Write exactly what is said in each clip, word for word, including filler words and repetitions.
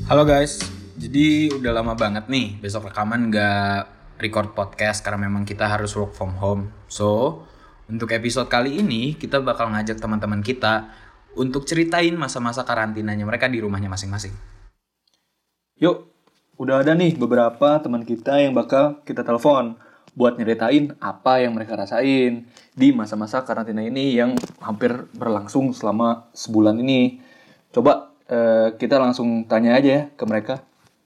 Halo guys, jadi udah lama banget nih besok rekaman gak record podcast karena memang kita harus work from home. So, untuk episode kali ini kita bakal ngajak teman-teman kita untuk ceritain masa-masa karantinanya mereka di rumahnya masing-masing. Yuk, udah ada nih beberapa teman kita yang bakal kita telepon buat nyeritain apa yang mereka rasain di masa-masa karantina ini yang hampir berlangsung selama sebulan ini. Coba eh, kita langsung tanya aja ya ke mereka.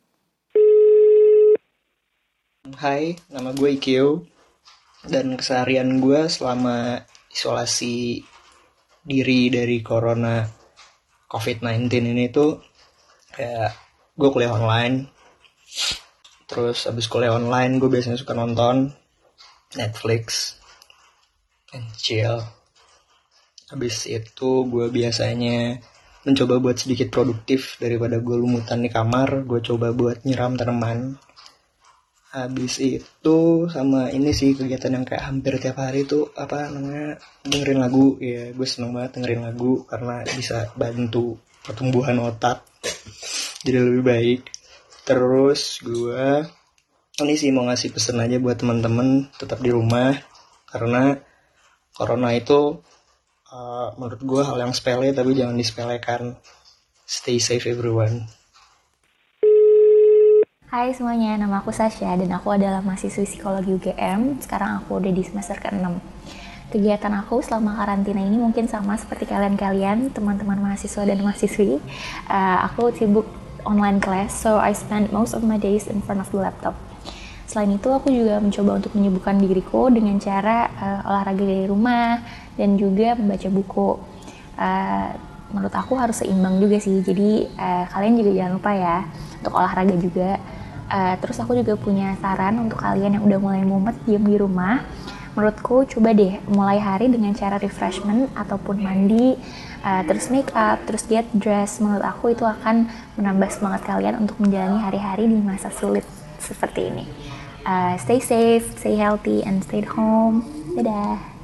Hai, nama gue Ikeo. Dan keseharian gue selama isolasi diri dari corona covid sembilan belas ini tuh kayak gue kuliah online. Terus abis kuliah online gue biasanya suka nonton Netflix and chill. Abis itu gue biasanya mencoba buat sedikit produktif daripada gue lumutan di kamar. Gue coba buat nyiram tanaman. Habis itu sama ini sih kegiatan yang kayak hampir tiap hari tuh apa namanya dengerin lagu. Ya gue seneng banget dengerin lagu karena bisa bantu pertumbuhan otak jadi lebih baik. Terus gue ini sih mau ngasih pesan aja buat teman-teman tetap di rumah karena corona itu uh, menurut gue hal yang sepele tapi jangan disepelekan. Stay safe everyone. Hai semuanya, nama aku Sasha dan aku adalah mahasiswi psikologi U G M. Sekarang aku udah di semester keenam. Kegiatan aku selama karantina ini mungkin sama seperti kalian-kalian, teman-teman mahasiswa dan mahasiswi. Uh, aku sibuk online class, so I spend most of my days in front of the laptop. Selain itu, aku juga mencoba untuk menyibukkan diriku dengan cara uh, olahraga dari rumah dan juga membaca buku. Uh, menurut aku harus seimbang juga sih, jadi uh, kalian juga jangan lupa ya untuk olahraga juga. Uh, terus aku juga punya saran untuk kalian yang udah mulai mumet diem di rumah. Menurutku coba deh mulai hari dengan cara refreshment ataupun mandi, uh, terus make up, terus get dress. Menurut aku itu akan menambah semangat kalian untuk menjalani hari-hari di masa sulit seperti ini. Uh, stay safe, stay healthy, and stay at home. Dadah.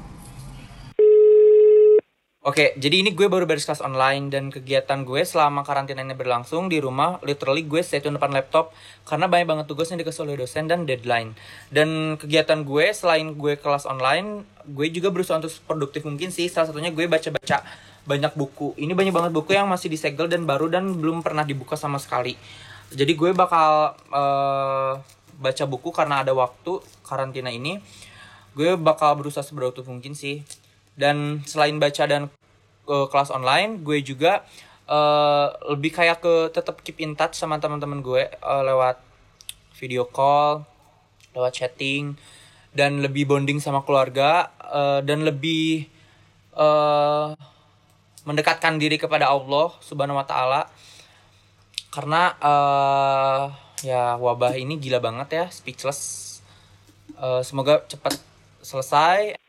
Oke, jadi ini gue baru beres kelas online dan kegiatan gue selama karantina ini berlangsung di rumah, literally gue stay tune depan laptop karena banyak banget tugasnya dikasih oleh dosen dan deadline. Dan kegiatan gue selain gue kelas online, gue juga berusaha untuk produktif mungkin sih. Salah satunya gue baca-baca banyak buku. Ini banyak banget buku yang masih disegel dan baru dan belum pernah dibuka sama sekali. Jadi gue bakal uh, baca buku karena ada waktu karantina ini. Gue bakal berusaha seproduktif mungkin sih. Dan selain baca dan uh, kelas online, gue juga uh, lebih kayak ke tetap keep in touch sama teman-teman gue uh, lewat video call, lewat chatting, dan lebih bonding sama keluarga uh, dan lebih uh, mendekatkan diri kepada Allah Subhanahu Wa Taala karena uh, ya wabah ini gila banget ya, speechless. Uh, semoga cepat selesai.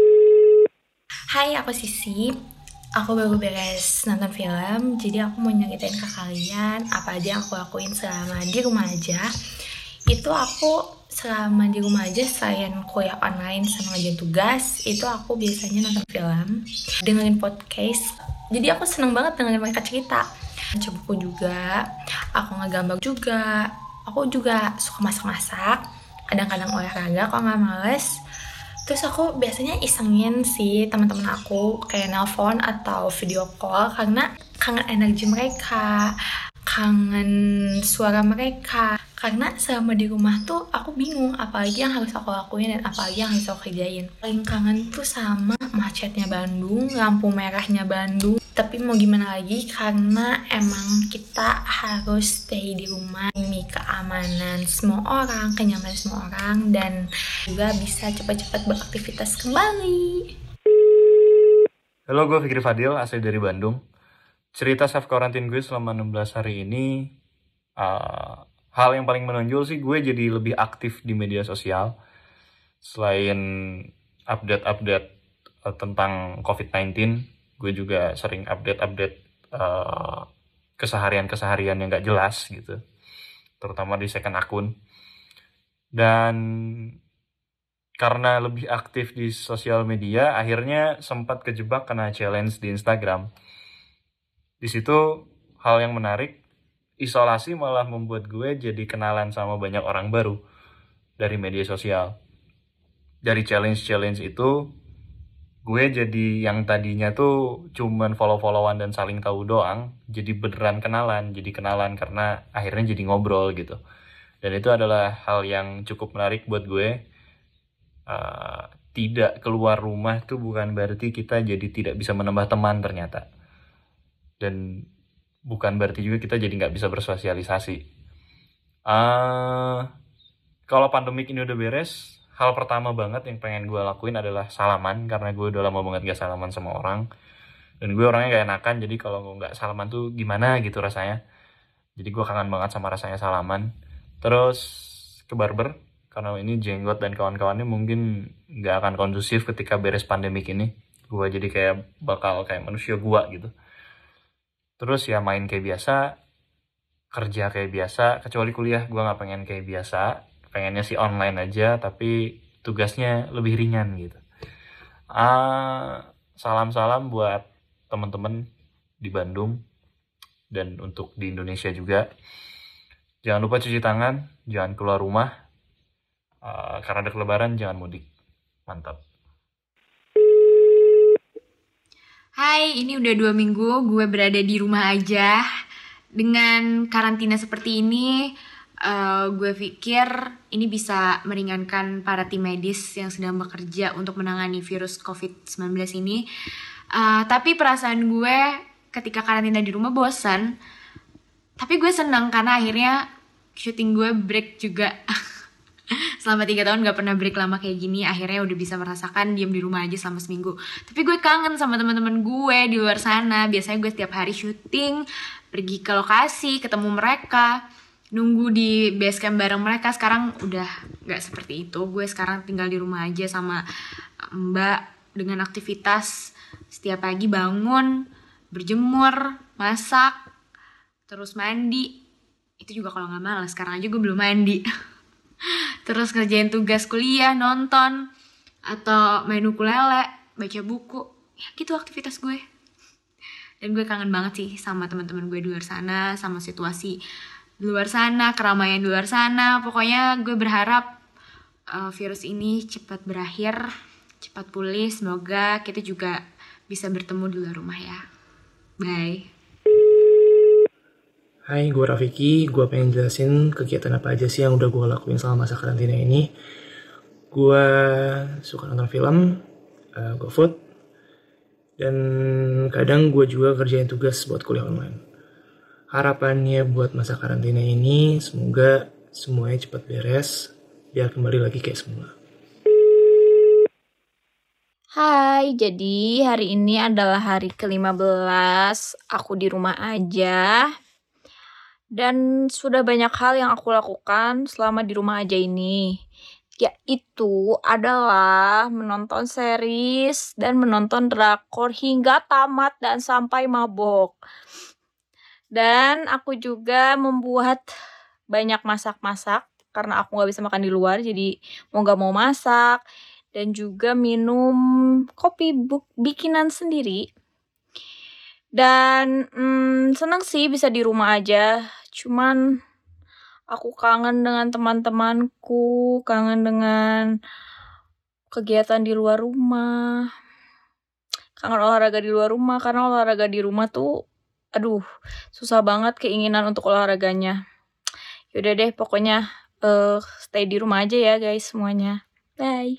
Hai, aku Sisi. Aku baru beres nonton film, jadi aku mau nyeritain ke kalian apa aja yang aku lakuin selama di rumah aja. Itu aku selama di rumah aja selain kuliah online sama ngerjain tugas, itu aku biasanya nonton film, dengerin podcast. Jadi aku seneng banget dengerin mereka cerita. Baca buku juga, aku ngegambar juga. Aku juga suka masak-masak, kadang-kadang olahraga kalau nggak males. Terus aku biasanya isengin sih teman-teman aku kayak nelpon atau video call karena kangen energi mereka, kangen suara mereka. Karena selama di rumah tuh aku bingung apalagi yang harus aku lakuin dan apalagi yang harus aku kerjain. Paling kangen tuh sama macetnya Bandung, lampu merahnya Bandung. Tapi mau gimana lagi karena emang kita harus stay di rumah demi keamanan semua orang, kenyamanan semua orang, dan juga bisa cepat-cepat beraktivitas kembali. Halo, gue Fikri Fadil, asli dari Bandung. Cerita self quarantine gue selama enam belas hari ini, uh, hal yang paling menonjol sih gue jadi lebih aktif di media sosial. Selain update-update uh, tentang covid sembilan belas, gue juga sering update-update uh, keseharian-keseharian yang gak jelas gitu, terutama di second akun. Dan karena lebih aktif di sosial media, akhirnya sempat kejebak kena challenge di Instagram. Di situ hal yang menarik, isolasi malah membuat gue jadi kenalan sama banyak orang baru dari media sosial. Dari challenge-challenge itu, gue jadi yang tadinya tuh cuman follow-followan dan saling tahu doang, jadi beneran kenalan, jadi kenalan karena akhirnya jadi ngobrol gitu. Dan itu adalah hal yang cukup menarik buat gue. Uh, tidak keluar rumah tuh bukan berarti kita jadi tidak bisa menambah teman ternyata. Dan bukan berarti juga kita jadi nggak bisa bersosialisasi. Uh, kalau pandemik ini udah beres, hal pertama banget yang pengen gue lakuin adalah salaman, karena gue udah lama banget gak salaman sama orang. Dan gue orangnya gak enakan, jadi kalau gak salaman tuh gimana gitu rasanya. Jadi gue kangen banget sama rasanya salaman. Terus ke barber, karena ini jenggot dan kawan-kawannya mungkin gak akan kondusif ketika beres pandemik ini. Gue jadi kayak bakal kayak manusia gua gitu. Terus ya main kayak biasa, kerja kayak biasa, kecuali kuliah gue gak pengen kayak biasa. Pengennya sih online aja, tapi tugasnya lebih ringan gitu. Ah, salam-salam buat teman-teman di Bandung dan untuk di Indonesia juga. Jangan lupa cuci tangan, jangan keluar rumah. Uh, karena ada Lebaran, jangan mudik. Mantap. Hai, ini udah dua minggu gue berada di rumah aja. Dengan karantina seperti ini, uh, gue pikir ini bisa meringankan para tim medis yang sedang bekerja untuk menangani virus covid sembilan belas ini. Uh, tapi perasaan gue ketika karantina di rumah bosan. Tapi gue senang karena akhirnya syuting gue break juga. Selama tiga tahun gak pernah break lama kayak gini, akhirnya udah bisa merasakan diam di rumah aja selama seminggu. Tapi gue kangen sama teman-teman gue di luar sana. Biasanya gue setiap hari syuting, pergi ke lokasi, ketemu mereka, nunggu di base camp bareng mereka. Sekarang udah gak seperti itu. Gue sekarang tinggal di rumah aja sama Mbak dengan aktivitas setiap pagi bangun, berjemur, masak, terus mandi. Itu juga kalau gak malas, sekarang aja gue belum mandi. Terus kerjain tugas kuliah, nonton, atau main ukulele, baca buku. Ya gitu aktivitas gue. Dan gue kangen banget sih sama teman-teman gue di luar sana, sama situasi di luar sana, keramaian di luar sana. Pokoknya gue berharap uh, virus ini cepat berakhir, cepat pulih. Semoga kita juga bisa bertemu di luar rumah ya. Bye. Hai, gue Rafiki. Gue pengen jelasin kegiatan apa aja sih yang udah gue lakuin selama masa karantina ini. Gue suka nonton film, uh, GoFood, dan kadang gue juga kerjain tugas buat kuliah online. Harapannya buat masa karantina ini, semoga semuanya cepat beres, biar kembali lagi kayak semula. Hai, jadi hari ini adalah hari ke lima belas, aku di rumah aja. Dan sudah banyak hal yang aku lakukan selama di rumah aja ini. Yaitu adalah menonton series dan menonton drakor hingga tamat dan sampai mabok. Dan aku juga membuat banyak masak-masak karena aku gak bisa makan di luar, jadi mau gak mau masak. Dan juga minum kopi bu- bikinan sendiri. Dan hmm, seneng sih bisa di rumah aja. Cuman aku kangen dengan teman-temanku, kangen dengan kegiatan di luar rumah, kangen olahraga di luar rumah. Karena olahraga di rumah tuh, aduh, susah banget keinginan untuk olahraganya. Yaudah deh, pokoknya uh, stay di rumah aja ya guys semuanya. Bye.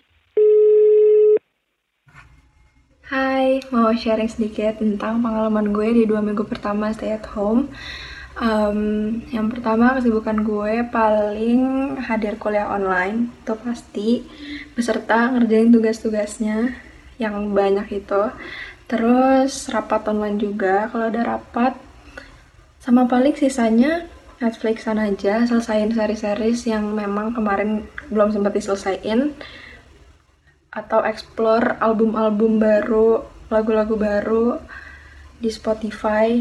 Hai, mau sharing sedikit tentang pengalaman gue di dua minggu pertama stay at home. Um, yang pertama, kesibukan gue paling hadir kuliah online, itu pasti, beserta ngerjain tugas-tugasnya yang banyak itu. Terus rapat online juga, kalau ada rapat. Sama paling sisanya Netflixan aja, selesain series-series yang memang kemarin belum sempat diselesain. Atau explore album-album baru, lagu-lagu baru di Spotify.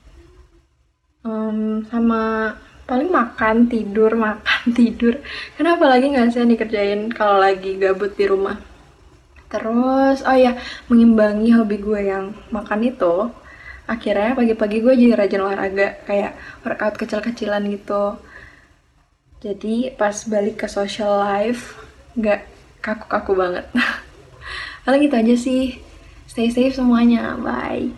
Um, sama paling makan, tidur, makan, tidur. Kenapa lagi gak sih yang dikerjain kalau lagi gabut di rumah? Terus, oh ya, mengimbangi hobi gue yang makan itu, Akhirnya pagi-pagi gue jadi rajin olahraga, kayak workout kecil-kecilan gitu. Jadi pas balik ke social life nggak kaku-kaku banget. Paling gitu aja sih. Stay safe semuanya, bye.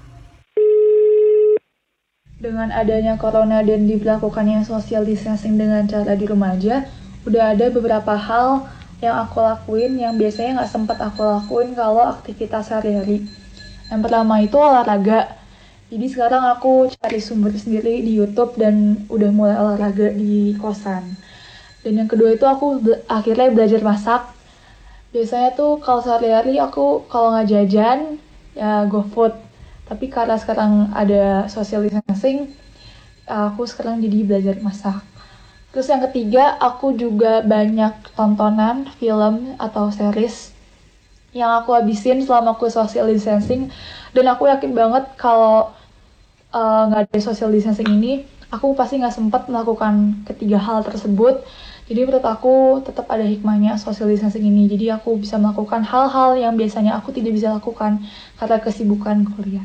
Dengan adanya corona dan diberlakukannya social distancing dengan cara di rumah aja, udah ada beberapa hal yang aku lakuin yang biasanya nggak sempat aku lakuin kalau aktivitas sehari-hari. Yang pertama itu olahraga. Jadi sekarang aku cari sumber sendiri di YouTube dan udah mulai olahraga di kosan. Dan yang kedua itu aku be- akhirnya belajar masak. Biasanya tuh kalau sehari-hari aku kalau nggak jajan ya GoFood. Tapi karena sekarang ada social distancing, aku sekarang jadi belajar masak. Terus yang ketiga, aku juga banyak tontonan, film, atau series yang aku habisin selama aku social distancing. Dan aku yakin banget kalau uh, nggak ada social distancing ini, aku pasti nggak sempat melakukan ketiga hal tersebut. Jadi menurut aku tetap ada hikmahnya social distancing ini. Jadi aku bisa melakukan hal-hal yang biasanya aku tidak bisa lakukan karena kesibukan kuliah.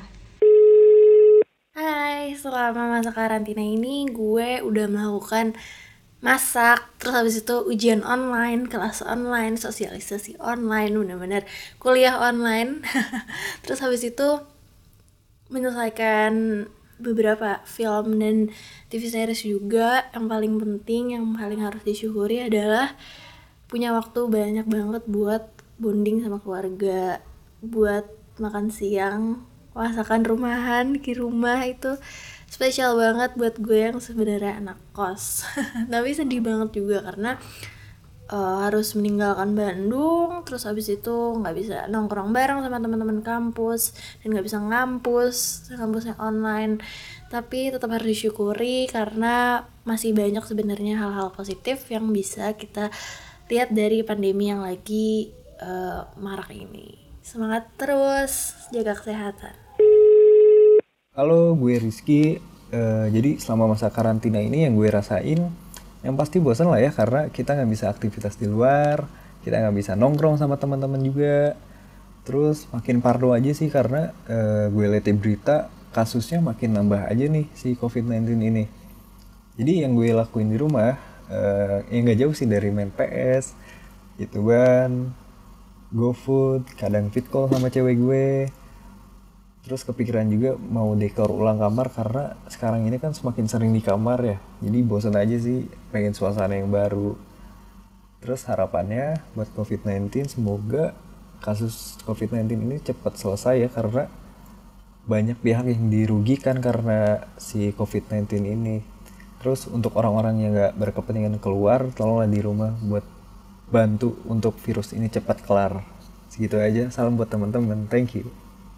Hai, selama masa karantina ini gue udah melakukan masak, terus habis itu ujian online, kelas online, sosialisasi online, bener-bener kuliah online. Terus habis itu menyelesaikan beberapa film dan T V series juga. Yang paling penting, yang paling harus disyukuri adalah punya waktu banyak banget buat bonding sama keluarga, buat makan siang, masakan rumahan di rumah. Itu spesial banget buat gue yang sebenarnya anak kos. Tapi sedih banget juga karena uh, harus meninggalkan Bandung, terus habis itu nggak bisa nongkrong bareng sama teman-teman kampus dan nggak bisa ngampus, kampusnya online. Tapi tetap harus disyukuri karena masih banyak sebenarnya hal-hal positif yang bisa kita lihat dari pandemi yang lagi uh, marak ini. Semangat terus, jaga kesehatan. Halo, gue Rizky. Uh, jadi selama masa karantina ini yang gue rasain, yang pasti bosan lah ya karena kita nggak bisa aktivitas di luar, kita nggak bisa nongkrong sama teman-teman juga. Terus makin parno aja sih karena uh, gue liat di berita kasusnya makin nambah aja nih si covid sembilan belas ini. Jadi yang gue lakuin di rumah, uh, ya nggak jauh sih dari main P S, gitu kan, GoFood, kadang fit call sama cewek gue. Terus kepikiran juga mau dekor ulang kamar karena sekarang ini kan semakin sering di kamar ya. Jadi bosan aja sih, pengen suasana yang baru. Terus harapannya buat covid sembilan belas semoga kasus covid sembilan belas ini cepat selesai ya karena banyak pihak yang dirugikan karena si covid sembilan belas ini. Terus untuk orang-orang yang gak berkepentingan keluar, tolonglah di rumah buat bantu untuk virus ini cepat kelar. Segitu aja, salam buat teman-teman, thank you.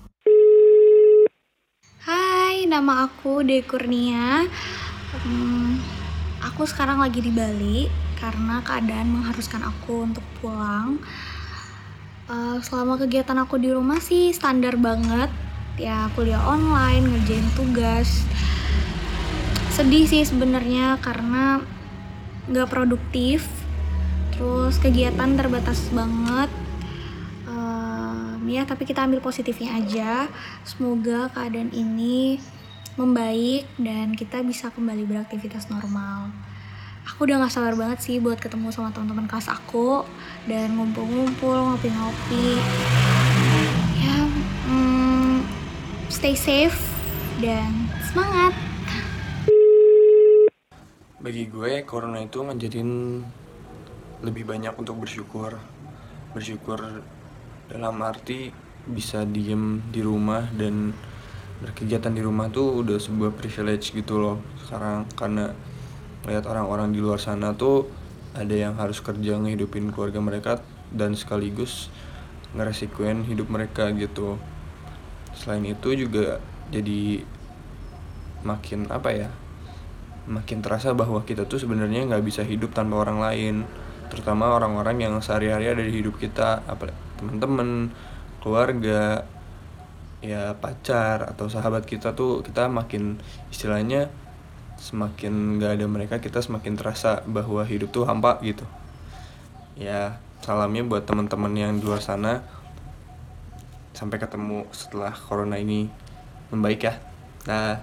Hai, nama aku De Kurnia. Hmm, aku sekarang lagi di Bali karena keadaan mengharuskan aku untuk pulang. Uh, selama kegiatan aku di rumah sih standar banget, ya kuliah online, ngerjain tugas. Sedih sih sebenarnya karena nggak produktif, terus kegiatan terbatas banget. Ya, tapi kita ambil positifnya aja. Semoga keadaan ini membaik dan kita bisa kembali beraktivitas normal. Aku udah gak sabar banget sih buat ketemu sama teman-teman kelas aku dan ngumpul-ngumpul, ngopi-ngopi. Ya, hmm, stay safe dan semangat. Bagi gue, corona itu ngejadiin lebih banyak untuk bersyukur. Bersyukur dalam arti bisa diem di rumah dan berkegiatan di rumah tuh udah sebuah privilege gitu loh sekarang, karena lihat orang-orang di luar sana tuh ada yang harus kerja ngehidupin keluarga mereka dan sekaligus ngeresikuin hidup mereka gitu. Selain itu juga jadi makin apa ya makin terasa bahwa kita tuh sebenarnya nggak bisa hidup tanpa orang lain, terutama orang-orang yang sehari-hari ada di hidup kita, apa teman-teman, keluarga, ya pacar atau sahabat kita tuh kita makin istilahnya semakin gak ada mereka kita semakin terasa bahwa hidup tuh hampa gitu. Ya salamnya buat teman-teman yang di luar sana, sampai ketemu setelah corona ini membaik ya. Nah.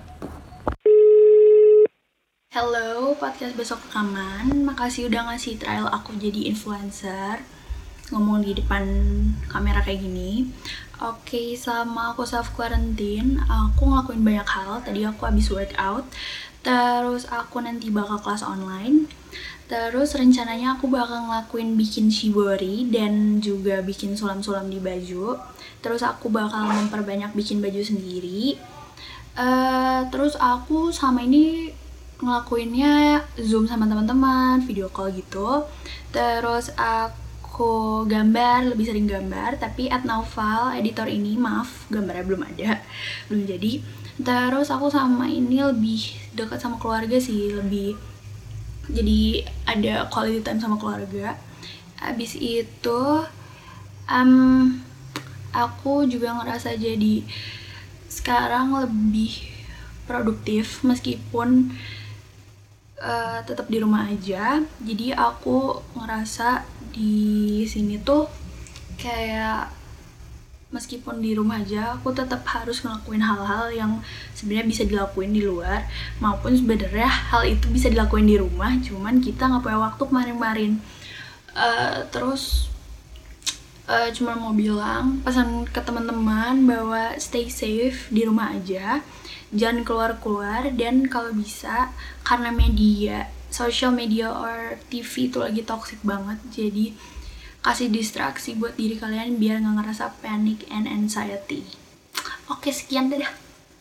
Hello, podcast Besok Rekaman. Makasih udah ngasih trial aku jadi influencer, ngomong di depan kamera kayak gini. Oke, sama aku self quarantine, aku ngelakuin banyak hal. Tadi aku habis workout, terus aku nanti bakal kelas online. Terus rencananya aku bakal ngelakuin bikin shibori dan juga bikin sulam-sulam di baju. Terus aku bakal memperbanyak bikin baju sendiri. Uh, terus aku sama ini ngelakuinnya Zoom sama teman-teman, video call gitu. Terus aku gambar, lebih sering gambar, tapi at Naufal, editor ini, maaf, gambarnya belum ada, belum jadi. Terus aku sama ini lebih dekat sama keluarga sih, lebih jadi ada quality time sama keluarga. Abis itu um, aku juga ngerasa jadi sekarang lebih produktif meskipun Uh, tetap di rumah aja. Jadi aku ngerasa di sini tuh kayak meskipun di rumah aja aku tetap harus ngelakuin hal-hal yang sebenarnya bisa dilakuin di luar, maupun sebenarnya hal itu bisa dilakuin di rumah, cuman kita nggak punya waktu kemarin-kemarin. Uh, terus uh, cuma mau bilang pesan ke teman-teman bahwa stay safe di rumah aja, jangan keluar-keluar, dan kalau bisa karena media, social media or T V itu lagi toxic banget, jadi kasih distraksi buat diri kalian biar nggak ngerasa panic and anxiety. Oke, sekian dadah.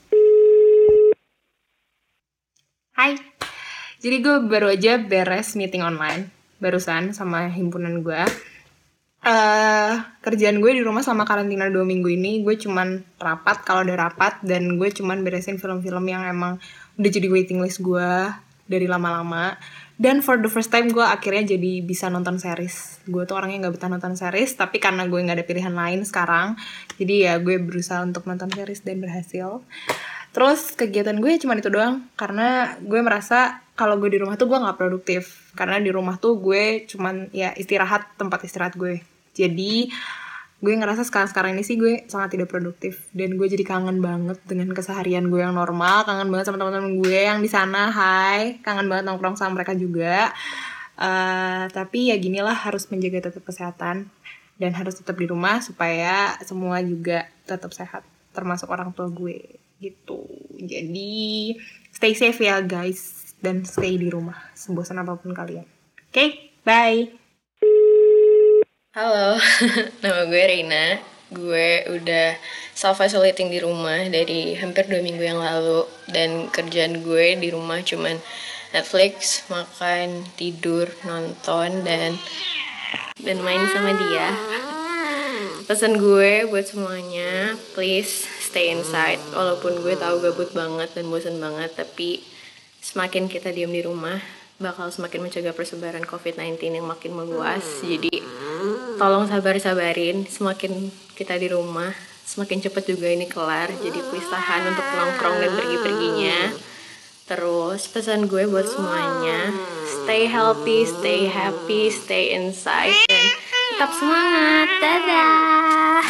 Hai, jadi gue baru aja beres meeting online barusan sama himpunan gue. Uh, kerjaan gue di rumah selama karantina dua minggu ini, gue cuman rapat kalau ada rapat, dan gue cuman beresin film-film yang emang udah jadi waiting list gue dari lama-lama. Dan for the first time gue akhirnya jadi bisa nonton series. Gue tuh orangnya gak betah nonton series, tapi karena gue gak ada pilihan lain sekarang, jadi ya gue berusaha untuk nonton series dan berhasil. Terus kegiatan gue cuma itu doang, karena gue merasa kalau gue di rumah tuh gue gak produktif. Karena di rumah tuh gue cuman ya istirahat, tempat istirahat gue. Jadi gue ngerasa sekarang-sekarang ini sih gue sangat tidak produktif, dan gue jadi kangen banget dengan keseharian gue yang normal, kangen banget sama teman-teman gue yang di sana. Hai, kangen banget nongkrong sama mereka juga. Uh, tapi ya ginilah, harus menjaga tetap kesehatan dan harus tetap di rumah supaya semua juga tetap sehat, termasuk orang tua gue gitu. Jadi stay safe ya guys, dan stay di rumah sebosan apapun kalian. Oke, okay, bye. Halo, nama gue Reina. Gue udah self-isolating di rumah dari hampir dua minggu yang lalu. Dan kerjaan gue di rumah cuman Netflix, makan, tidur, nonton, dan dan main sama dia. Pesan gue buat semuanya, please stay inside. Walaupun gue tahu gabut banget dan bosan banget, tapi semakin kita diam di rumah, bakal semakin mencegah persebaran covid sembilan belas yang makin meluas. Jadi tolong sabar-sabarin, semakin kita di rumah semakin cepat juga ini kelar. Jadi please tahan untuk nongkrong dan pergi-perginya. Terus pesan gue buat semuanya, stay healthy, stay happy, stay inside, dan tetap semangat. Dadah.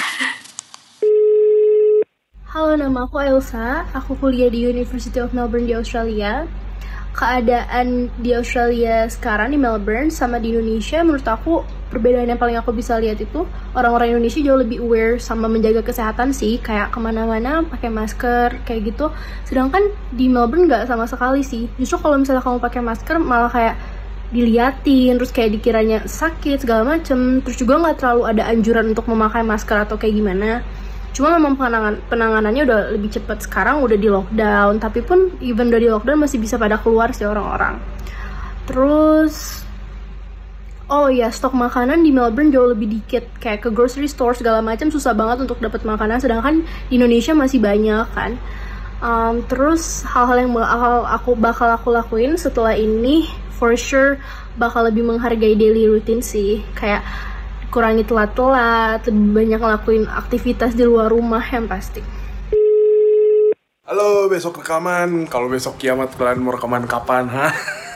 Halo, nama aku Elsa. Aku kuliah di University of Melbourne di Australia. Keadaan di Australia sekarang di Melbourne sama di Indonesia, menurut aku perbedaan yang paling aku bisa lihat itu orang-orang Indonesia jauh lebih aware sama menjaga kesehatan sih, kayak kemana-mana pakai masker kayak gitu. Sedangkan di Melbourne nggak sama sekali sih. Justru kalau misalnya kamu pakai masker malah kayak diliatin, terus kayak dikiranya sakit segala macem. Terus juga nggak terlalu ada anjuran untuk memakai masker atau kayak gimana. Cuma memang penangan, penanganannya udah lebih cepat. Sekarang udah di lockdown, tapi pun even udah di lockdown masih bisa pada keluar sih orang-orang. Terus oh ya, stok makanan di Melbourne jauh lebih dikit. Kayak ke grocery store segala macam susah banget untuk dapat makanan, sedangkan di Indonesia masih banyak kan. Um, terus hal-hal yang bakal aku bakal aku lakuin setelah ini, for sure bakal lebih menghargai daily routine sih. Kayak kurangi telat-telat, lebih banyak ngelakuin aktivitas di luar rumah yang pasti. Halo, besok rekaman. Kalau besok kiamat kalian mau rekaman kapan, ha?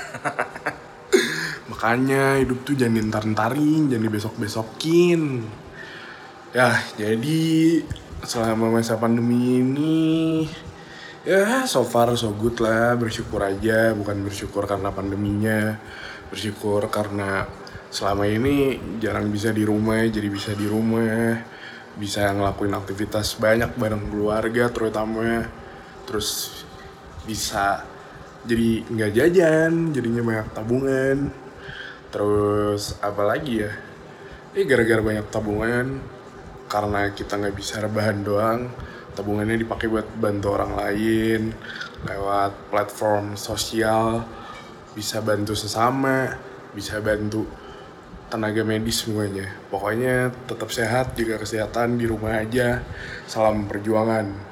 Makanya hidup tuh jangan dientar-entarin, jangan dibesok-besokin. Ya, jadi selama masa pandemi ini ya so far so good lah, bersyukur aja, bukan bersyukur karena pandeminya, bersyukur karena selama ini jarang bisa di rumah, jadi bisa di rumah, bisa ngelakuin aktivitas banyak bareng keluarga terutama, terus bisa jadi nggak jajan, jadinya banyak tabungan, terus apa lagi ya, ini gara-gara banyak tabungan, karena kita nggak bisa rebahan doang, tabungannya dipakai buat bantu orang lain lewat platform sosial, bisa bantu sesama, bisa bantu tenaga medis semuanya. Pokoknya tetap sehat, jaga kesehatan, di rumah aja. Salam perjuangan.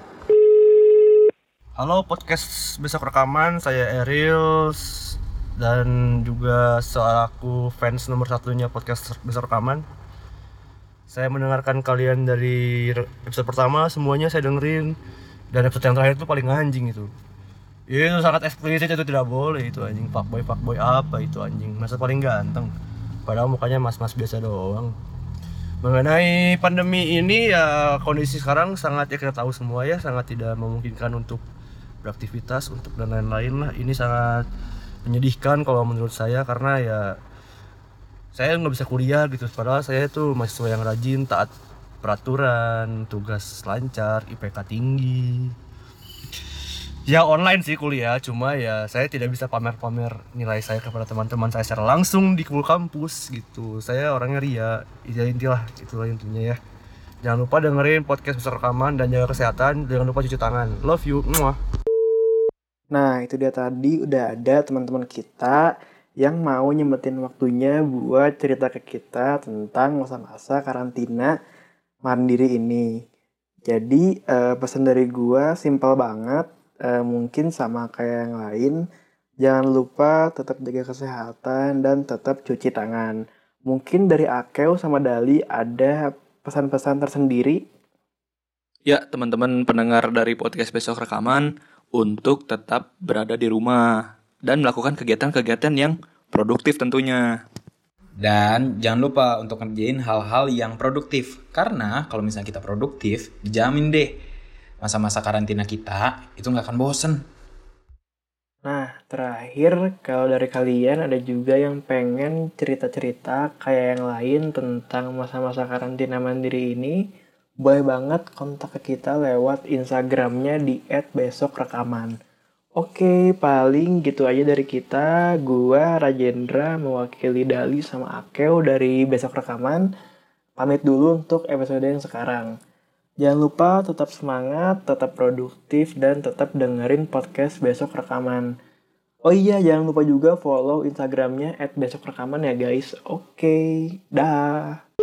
Halo podcast Besok Rekaman, saya Eril dan juga selaku fans nomor satunya podcast Besok Rekaman. Saya mendengarkan kalian dari episode pertama, semuanya saya dengerin, dan episode yang terakhir itu paling anjing itu. Itu sangat eksplisit, itu tidak boleh itu anjing, fuckboy fuckboy apa itu anjing, masa paling ganteng. Padahal mukanya mas-mas biasa doang. Mengenai pandemi ini ya, kondisi sekarang sangat, ya kita tahu semua ya, sangat tidak memungkinkan untuk beraktivitas untuk dan lain-lain lah. Ini sangat menyedihkan kalau menurut saya, karena ya saya nggak bisa kuliah gitu, padahal saya tuh mahasiswa yang rajin, taat peraturan, tugas lancar, I P K tinggi. Ya online sih kuliah, cuma ya saya tidak bisa pamer-pamer nilai saya kepada teman-teman saya secara langsung di kampus gitu. Saya orangnya ria, ya intilah itulah intinya ya. Jangan lupa dengerin podcast Besok Rekaman dan jaga kesehatan, jangan lupa cuci tangan. Love you. Muah. Nah, itu dia tadi udah ada teman-teman kita yang mau nyempetin waktunya buat cerita ke kita tentang masa-masa karantina mandiri ini. Jadi uh, pesan dari gua simpel banget, uh, mungkin sama kayak yang lain. Jangan lupa tetap jaga kesehatan dan tetap cuci tangan. Mungkin dari Akeu sama Dali ada pesan-pesan tersendiri? Ya, teman-teman pendengar dari podcast Besok Rekaman, untuk tetap berada di rumah dan melakukan kegiatan-kegiatan yang produktif tentunya. Dan jangan lupa untuk ngerjain hal-hal yang produktif, karena kalau misalnya kita produktif, dijamin deh masa-masa karantina kita itu nggak akan bosen. Nah, terakhir kalau dari kalian ada juga yang pengen cerita-cerita kayak yang lain tentang masa-masa karantina mandiri ini, boleh banget kontak ke kita lewat Instagramnya di et besok rekaman. Oke, paling gitu aja dari kita. Gua Rajendra mewakili Dali sama Akeu dari Besok Rekaman. Pamit dulu untuk episode yang sekarang. Jangan lupa tetap semangat, tetap produktif, dan tetap dengerin podcast Besok Rekaman. Oh iya, jangan lupa juga follow Instagramnya et besok rekaman ya guys. Oke, dah.